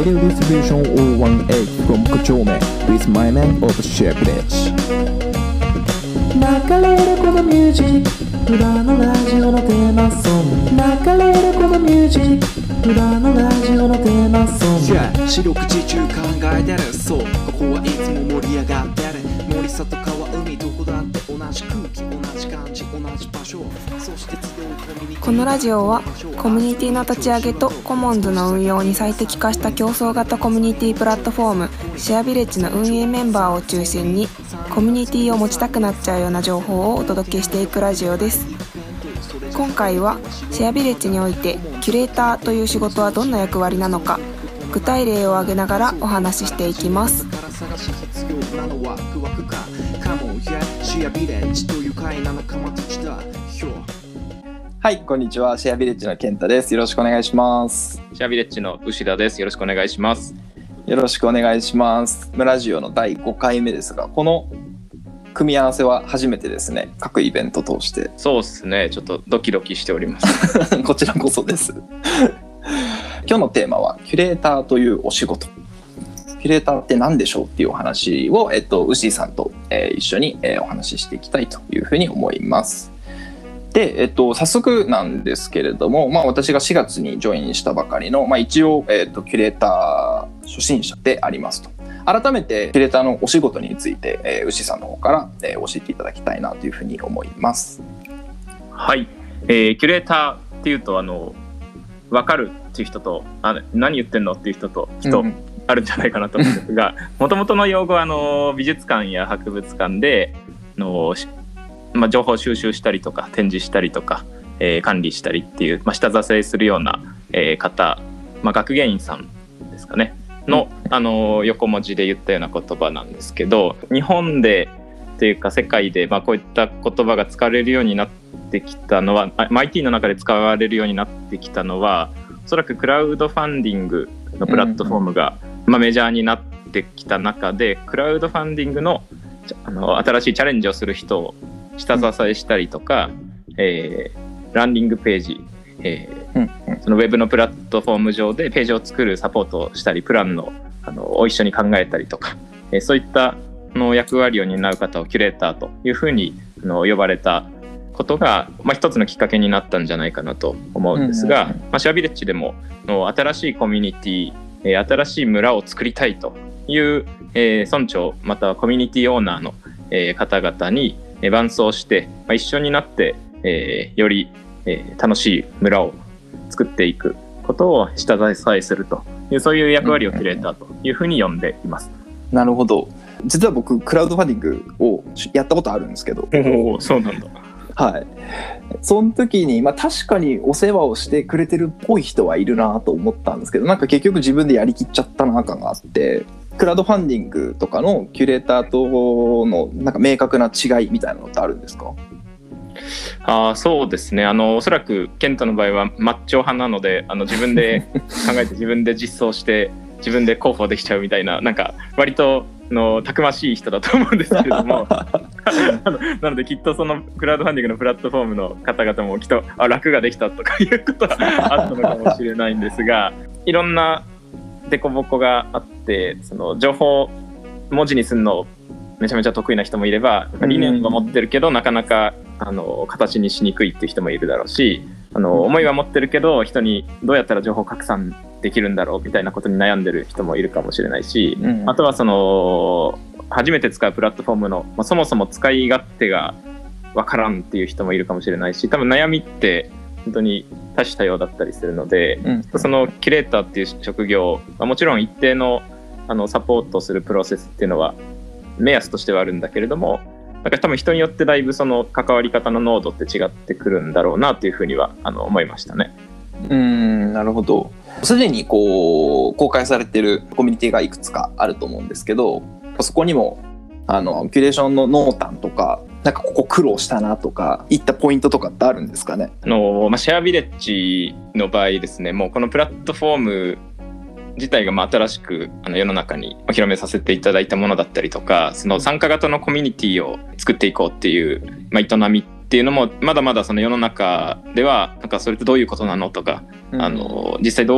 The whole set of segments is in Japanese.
Radio Distribution 018 from Kochome with my man of Share Village。 流れるこのミュージック裏のラジオのテーマソング、流れるこのミュージック裏のラジオのテーマソング。 四六時中考えてる、そうここはいつも盛り上がってる。森里川海どこだって同じ空気同じ感じ同じ場所、そして集うコミュニティ。 このラジオはコミュニティの立ち上げとコモンズの運用に最適化した競争型コミュニティプラットフォームシェアビレッジの運営メンバーを中心にコミュニティを持ちたくなっちゃうような情報をお届けしていくラジオです。今回はシェアビレッジにおいてキュレーターという仕事はどんな役割なのか、具体例を挙げながらお話ししていきます。 はい、こんにちは。シェアビレッジの健太です。よろしくお願いします。 シェアビレッジの牛田です。よろしくお願いします。 よろしくお願いします。ラジオの第5回目ですが、この組み合わせは初めてですね。各イベント通して。 そうですね。ちょっとドキドキしております。 こちらこそです。今日のテーマはキュレーターというお仕事。キュレーターって何でしょうっていうお話を、牛井さんと、一緒に、お話ししていきたいというふうに思います。で、早速なんですけれども、私が4月にジョインしたばかりの、一応、キュレーター初心者でありますと。改めてキュレーターのお仕事について、牛井さんの方から、教えていただきたいなというふうに思います。 はい、キュレーターっていうと分かるっていう人と何言ってんのっていう人とあるんじゃないかなと思うんですが、もともとの用語は美術館や博物館で情報収集したりとか展示したりとか、管理したりっていう、下支えするような、方、学芸員さんですかねの、横文字で言ったような言葉なんですけど、日本でというか世界で、こういった言葉が使われるようになってきたのは、IT の中で使われるようになってきたのは、おそらくクラウドファンディングのプラットフォームが、メジャーになってきた中で、クラウドファンディングの新しいチャレンジをする人を下支えしたりとか、ランディングページ、そのウェブのプラットフォーム上でページを作るサポートをしたり、プランの、を一緒に考えたりとか、そういった役割を担う方をキュレーターというふうに呼ばれたことが、一つのきっかけになったんじゃないかなと思うんですが、シェアビレッジでも新しいコミュニティ、新しい村を作りたいという、村長またはコミュニティオーナーの、方々に伴走して、一緒になって、より、楽しい村を作っていくことを下支えするという、そういう役割をキュレーターというふうに呼んでいます。 なるほど。実は僕クラウドファンディングをやったことあるんですけど。 そうなんだ。 はい。その時に、確かにお世話をしてくれてるっぽい人はいるなと思ったんですけど、結局自分でやりきっちゃったな感があって、クラウドファンディングとかのキュレーターとの明確な違いみたいなのってあるんですか？ そうですね。おそらくケントの場合はマッチョ派なので、自分で考えて自分で実装して自分で広報できちゃうみたいな、割とたくましい人だと思うんですけれどもなのできっとそのクラウドファンディングのプラットフォームの方々もきっと楽ができたとかいうことはあったのかもしれないんですが、いろんなデコボコがあって、その情報文字にするのめちゃめちゃ得意な人もいれば、理念は持ってるけどなかなか形にしにくいっていう人もいるだろうし、思いは持ってるけど人にどうやったら情報拡散できるんだろうみたいなことに悩んでる人もいるかもしれないし、あとはその初めて使うプラットフォームの、そもそも使い勝手がわからんっていう人もいるかもしれないし、多分悩みって本当に多種多様だったりするので、そのキュレーターっていう職業はもちろん一定のサポートするプロセスっていうのは目安としてはあるんだけれども、多分人によってだいぶその関わり方の濃度って違ってくるんだろうなというふうには思いましたね。 なるほど。すでに公開されているコミュニティがいくつかあると思うんですけど、そこにもキュレーションの濃淡とか、ここ苦労したなとかいったポイントとかってあるんですかね？ シェアビレッジの場合ですね、もうこのプラットフォーム自体が新しく世の中にお披露目させていただいたものだったりとか、その参加型のコミュニティを作っていこうっていう、営みっていうのもまだまだその世の中ではそれってどういうことなのとか、実際どうやっ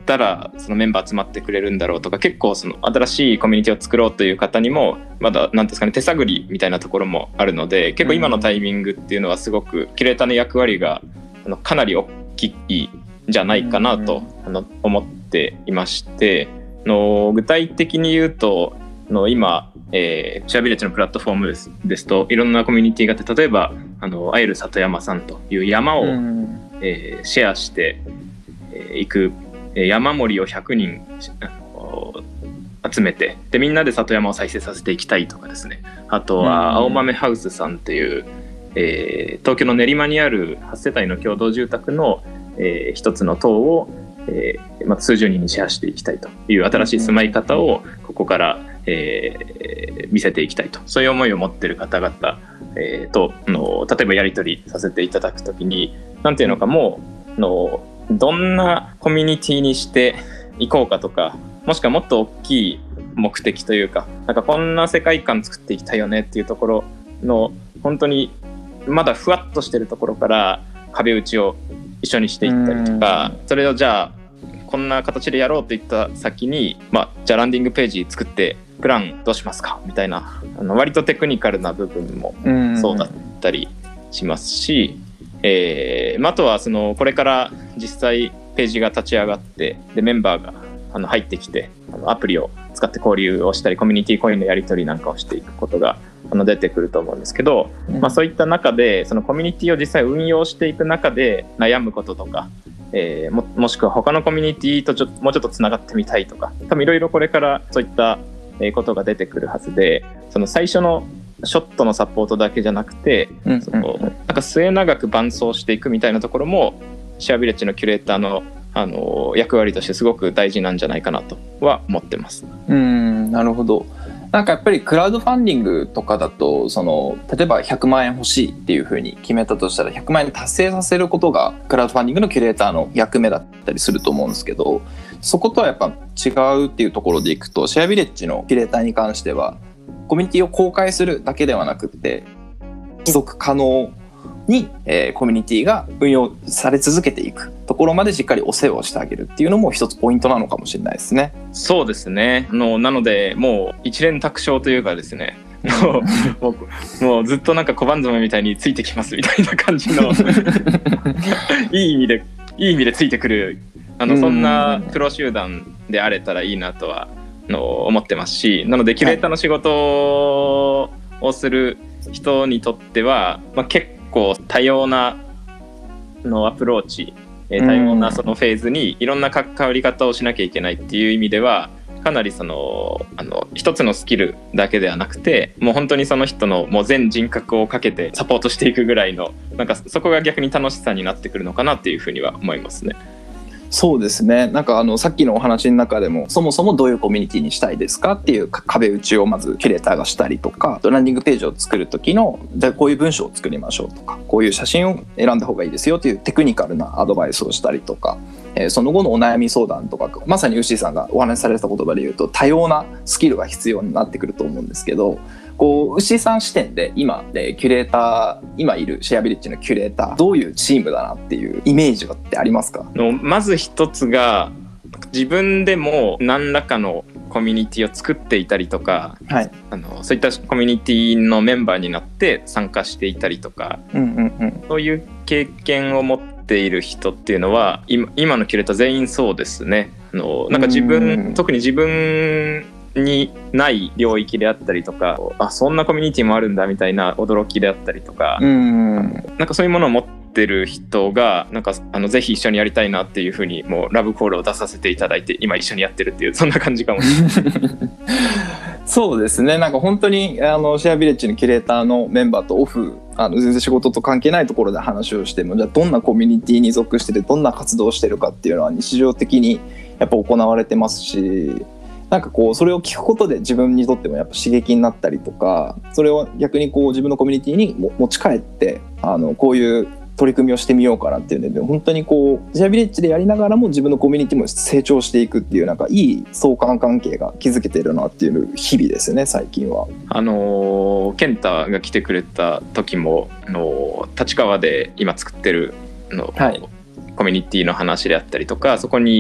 ったらそのメンバー集まってくれるんだろうとか、結構その新しいコミュニティを作ろうという方にもまだ何ですかね、手探りみたいなところもあるので、結構今のタイミングっていうのはすごくキュレーターの役割がかなり大きいんじゃないかなと思っていまして、具体的に言うと今シェアビレッジのプラットフォームですといろんなコミュニティがあって、例えばあえる里山さんという山を、シェアしていく、山森を100人集めて、でみんなで里山を再生させていきたいとかですね。あとは青豆ハウスさんっていう、東京の練馬にある8世帯の共同住宅の、一つの棟を、数十人にシェアしていきたいという新しい住まい方をここから、見せていきたいと、そういう思いを持っている方々、と例えばやり取りさせていただくときに、なんていうのか、もうどんなコミュニティにしていこうかとか、もしくはもっと大きい目的というか、なんかこんな世界観作っていきたいよねっていうところの本当にまだふわっとしてるところから壁打ちを一緒にしていったりとか、それをじゃあこんな形でやろうといった先に、じゃあランディングページ作ってプランどうしますかみたいな、割とテクニカルな部分もそうだったりしますし、あとはこれから実際ページが立ち上がって、でメンバーが入ってきてアプリを使って交流をしたり、コミュニティコインのやり取りなんかをしていくことが出てくると思うんですけど、そういった中でそのコミュニティを実際運用していく中で悩むこととか、もしくは他のコミュニティともうちょっとつながってみたいとか、多分いろいろこれからそういったことが出てくるはずで、その最初のショットのサポートだけじゃなくて、なんか末永く伴走していくみたいなところもシェアビレッジのキュレーターの役割としてすごく大事なんじゃないかなとは思ってます。 なるほど。なんかやっぱりクラウドファンディングとかだと例えば100万円欲しいっていうふうに決めたとしたら、100万円達成させることがクラウドファンディングのキュレーターの役目だったりすると思うんですけど、そことはやっぱ違うっていうところでいくと、シェアビレッジのキュレーターに関してはコミュニティを公開するだけではなくって持続可能に、コミュニティが運用され続けていくところまでしっかりお世話をしてあげるっていうのも一つポイントなのかもしれないですね。 そうですね。なのでもう一連卓勝というかですね、もうずっとなんか小判詰めみたいについてきますみたいな感じのいい意味でついてくるそんなプロ集団であれたらいいなとは思ってますし、なのでキュレーターの仕事をする人にとっては、結構多様なアプローチ、多様なそのフェーズにいろんな関わり方をしなきゃいけないっていう意味では、かなり一つのスキルだけではなくて、もう本当にその人のもう全人格をかけてサポートしていくぐらいの、なんかそこが逆に楽しさになってくるのかなっていうふうには思いますね。 そうですね。なんかさっきのお話の中でも、そもそもどういうコミュニティにしたいですかっていう壁打ちをまずキュレーターがしたりとか、ランディングページを作る時のじゃあこういう文章を作りましょうとか、こういう写真を選んだ方がいいですよというテクニカルなアドバイスをしたりとか、その後のお悩み相談とか、まさにウッシーさんがお話しされた言葉で言うと多様なスキルが必要になってくると思うんですけど、ウッシーさん視点で今キュレーター、今いるシェアビレッジのキュレーター、どういうチームだなっていうイメージってありますか？ まず一つが、自分でも何らかのコミュニティを作っていたりとか、そういったコミュニティのメンバーになって参加していたりとか、そういう経験を持っている人っていうのは今のキュレーター全員そうですね。なんか特に自分にない領域であったりとか、そんなコミュニティもあるんだみたいな驚きであったりとか、なんかそういうものを持ってる人がなんかぜひ一緒にやりたいなっていうふうに、もうラブコールを出させていただいて今一緒にやってるっていう、そんな感じかもしれないそうですね。なんか本当にシェアビレッジのキュレーターのメンバーとオフ全然仕事と関係ないところで話をしても、じゃあどんなコミュニティに属しててどんな活動をしてるかっていうのは日常的にやっぱ行われてますし、なんかそれを聞くことで自分にとってもやっぱ刺激になったりとか、それを逆に自分のコミュニティに持ち帰ってこういう取り組みをしてみようかなっていうので、本当にシェアビレッジでやりながらも自分のコミュニティも成長していくっていう、なんかいい相関関係が築けてるなっていう日々ですね、最近は。 健太が来てくれた時も立川で今作ってるコミュニティの話であったりとか、そこに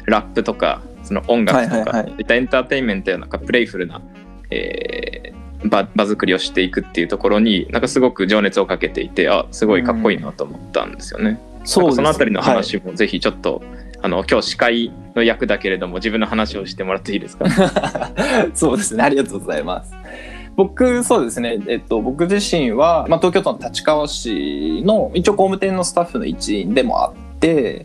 ラップとかその音楽とか、 はいはいはい、 そういったエンターテインメントやなんかプレイフルな、場作りをしていくっていうところになんかすごく情熱をかけていて、すごいかっこいいなと思ったんですよね。そうです。そのあたりの話もぜひちょっと、今日司会の役だけれども自分の話をしてもらっていいですか？ そうですね、ありがとうございます。僕そうですね、僕自身は、東京都の立川市の一応工務店のスタッフの一員でもあって、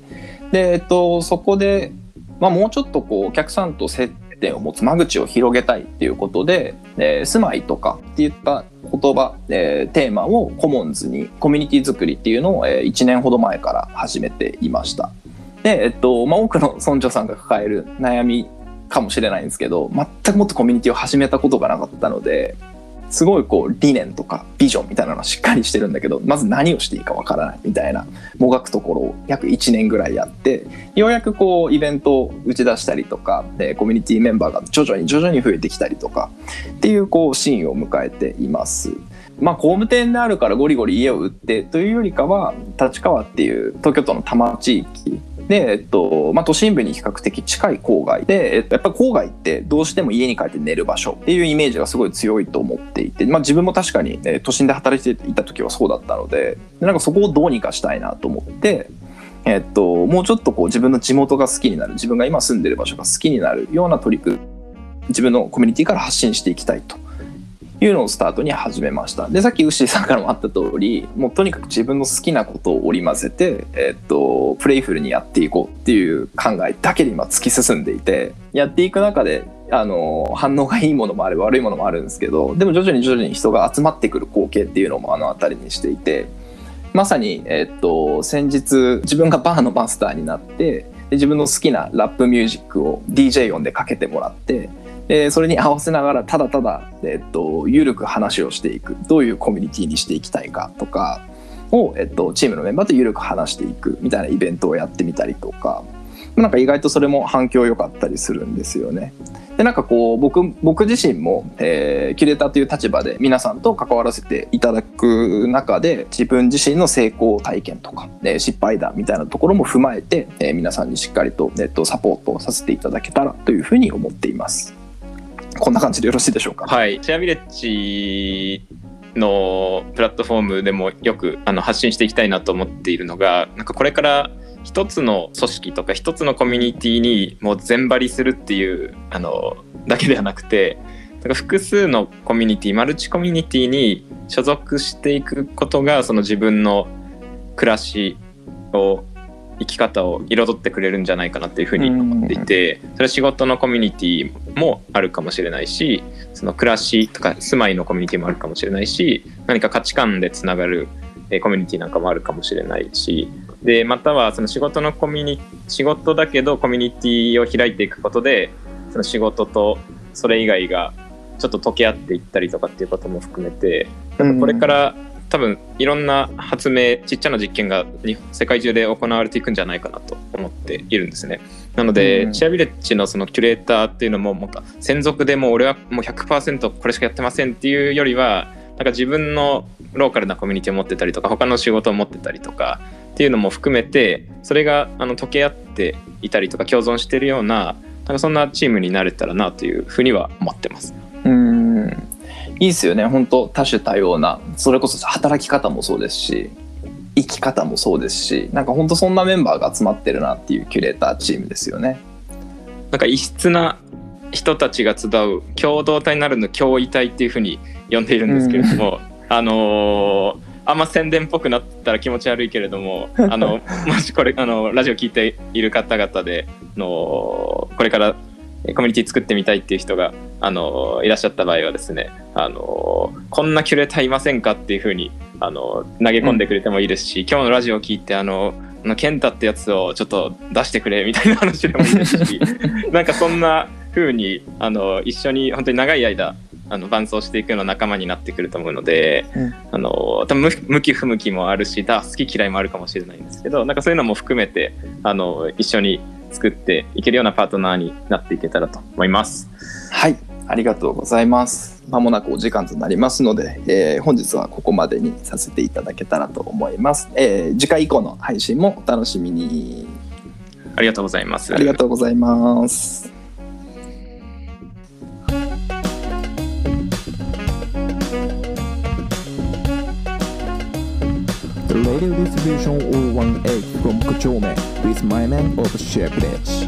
で、そこで、もうちょっとこうお客さんと接点を持つ間口を広げたいっていうことで、住まいとかっていった言葉、テーマをコモンズにコミュニティ作りっていうのを1年ほど前から始めていました。で、多くの村長さんが抱える悩みかもしれないんですけど、全くもっとコミュニティを始めたことがなかったので、すごいこう理念とかビジョンみたいなのはしっかりしてるんだけど、まず何をしていいかわからないみたいなもがくところを約1年ぐらいやって、ようやくこうイベントを打ち出したりとかで、コミュニティメンバーが徐々に増えてきたりとかっていうこうシーンを迎えています。工務店であるからゴリゴリ家を売ってというよりかは、立川っていう東京都の多摩地域で、都心部に比較的近い郊外で、やっぱり郊外ってどうしても家に帰って寝る場所っていうイメージがすごい強いと思っていて、自分も確かに、都心で働いていた時はそうだったので、なんかそこをどうにかしたいなと思って、もうちょっとこう自分の地元が好きになる、自分が今住んでる場所が好きになるような取り組み、自分のコミュニティから発信していきたいというのをスタートに始めました。で、さっきウッシーさんからもあった通り、もうとにかく自分の好きなことを織り交ぜて、プレイフルにやっていこうっていう考えだけで今突き進んでいて、やっていく中で反応がいいものもあれば悪いものもあるんですけど、でも徐々に人が集まってくる光景っていうのも目の当たりにしていて、まさに、先日自分がバーのマスターになって、で自分の好きなラップミュージックを DJ 音でかけてもらって、それに合わせながらただただ、ゆるく話をしていく、どういうコミュニティにしていきたいかとかを、チームのメンバーとゆるく話していくみたいなイベントをやってみたりとか、なんか意外とそれも反響良かったりするんですよね。で、なんかこう僕自身も、キュレーターという立場で皆さんと関わらせていただく中で、自分自身の成功体験とか、失敗談みたいなところも踏まえて、皆さんにしっかりと、サポートさせていただけたらというふうに思っています。こんな感じでよろしいでしょうか。 はい、シェアビレッジのプラットフォームでもよく発信していきたいなと思っているのが、なんかこれから一つの組織とか一つのコミュニティにもう全張りするっていうだけではなくて、なんか複数のコミュニティ、マルチコミュニティに所属していくことが、その自分の暮らしを、生き方を彩ってくれるんじゃないかなっていうふうに思っていて、それは仕事のコミュニティもあるかもしれないし、その暮らしとか住まいのコミュニティもあるかもしれないし、何か価値観でつながるコミュニティなんかもあるかもしれないし、でまたはその仕事だけどコミュニティを開いていくことで、その仕事とそれ以外がちょっと溶け合っていったりとかっていうことも含めて、なんかこれから多分いろんな発明、ちっちゃな実験が世界中で行われていくんじゃないかなと思っているんですね。なので、シェアビレッジのそのキュレーターっていうのも、専属でもう俺はもう 100% これしかやってませんっていうよりは、なんか自分のローカルなコミュニティを持ってたりとか、他の仕事を持ってたりとかっていうのも含めて、それが溶け合っていたりとか共存しているような、なんかそんなチームになれたらなというふうには思ってます。 いいですよね。本当多種多様な、それこそ働き方もそうですし、生き方もそうですし、なんか本当そんなメンバーが集まってるなっていうキュレーターチームですよね。 なんか異質な人たちが集う共同体になるの共異体っていうふうに呼んでいるんですけれども、あんま宣伝っぽくなったら気持ち悪いけれども、もしこれラジオ聞いている方々でこれからコミュニティ作ってみたいっていう人がいらっしゃった場合はですね、こんなキュレーターいませんかっていう風に投げ込んでくれてもいいですし、今日のラジオを聞いてケンタってやつをちょっと出してくれみたいな話でもいいですしなんかそんな風に一緒に本当に長い間伴走していくような仲間になってくると思うので、多分向き不向きもあるし、好き嫌いもあるかもしれないんですけど、なんかそういうのも含めて一緒に作っていけるようなパートナーになっていけたらと思います。 はい、ありがとうございます。まもなくお時間となりますので、本日はここまでにさせていただけたらと思います。次回以降の配信もお楽しみに。 ありがとうございます。 ありがとうございます。 The radio distribution 018 from Kochome with my man of Share Village。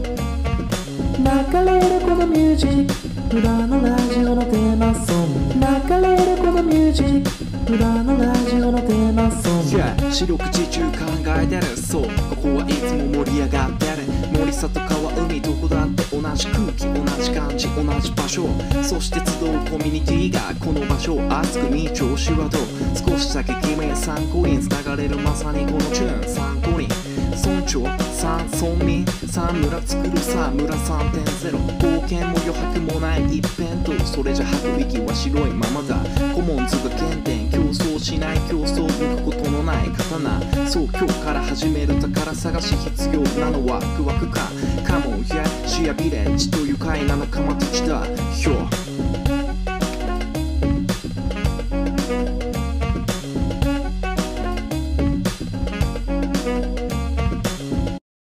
流れるこのミュージック裏のラジオのテーマソング。流れるこのミュージック裏のラジオのテーマソング。 四六時中考えてる。そうここはいつも盛り上がってる。森里川海どこだって同じ空気同じ感じ同じ場所。そして集うコミュニティがこの場所を熱く見調子はどう。少しだけ君に参考に繋がれるまさにこのチューン参考に。村長さん村民さん村作るさ村 3.0 冒険も余白もない一辺倒。それじゃ吐く息は白いままだ。コモンズが原点競争しない競争抜くことのない刀。そう今日から始める宝探し必要なのはワクワクか。カモンやシェアビレッジと愉快な仲間たちだ。ひょ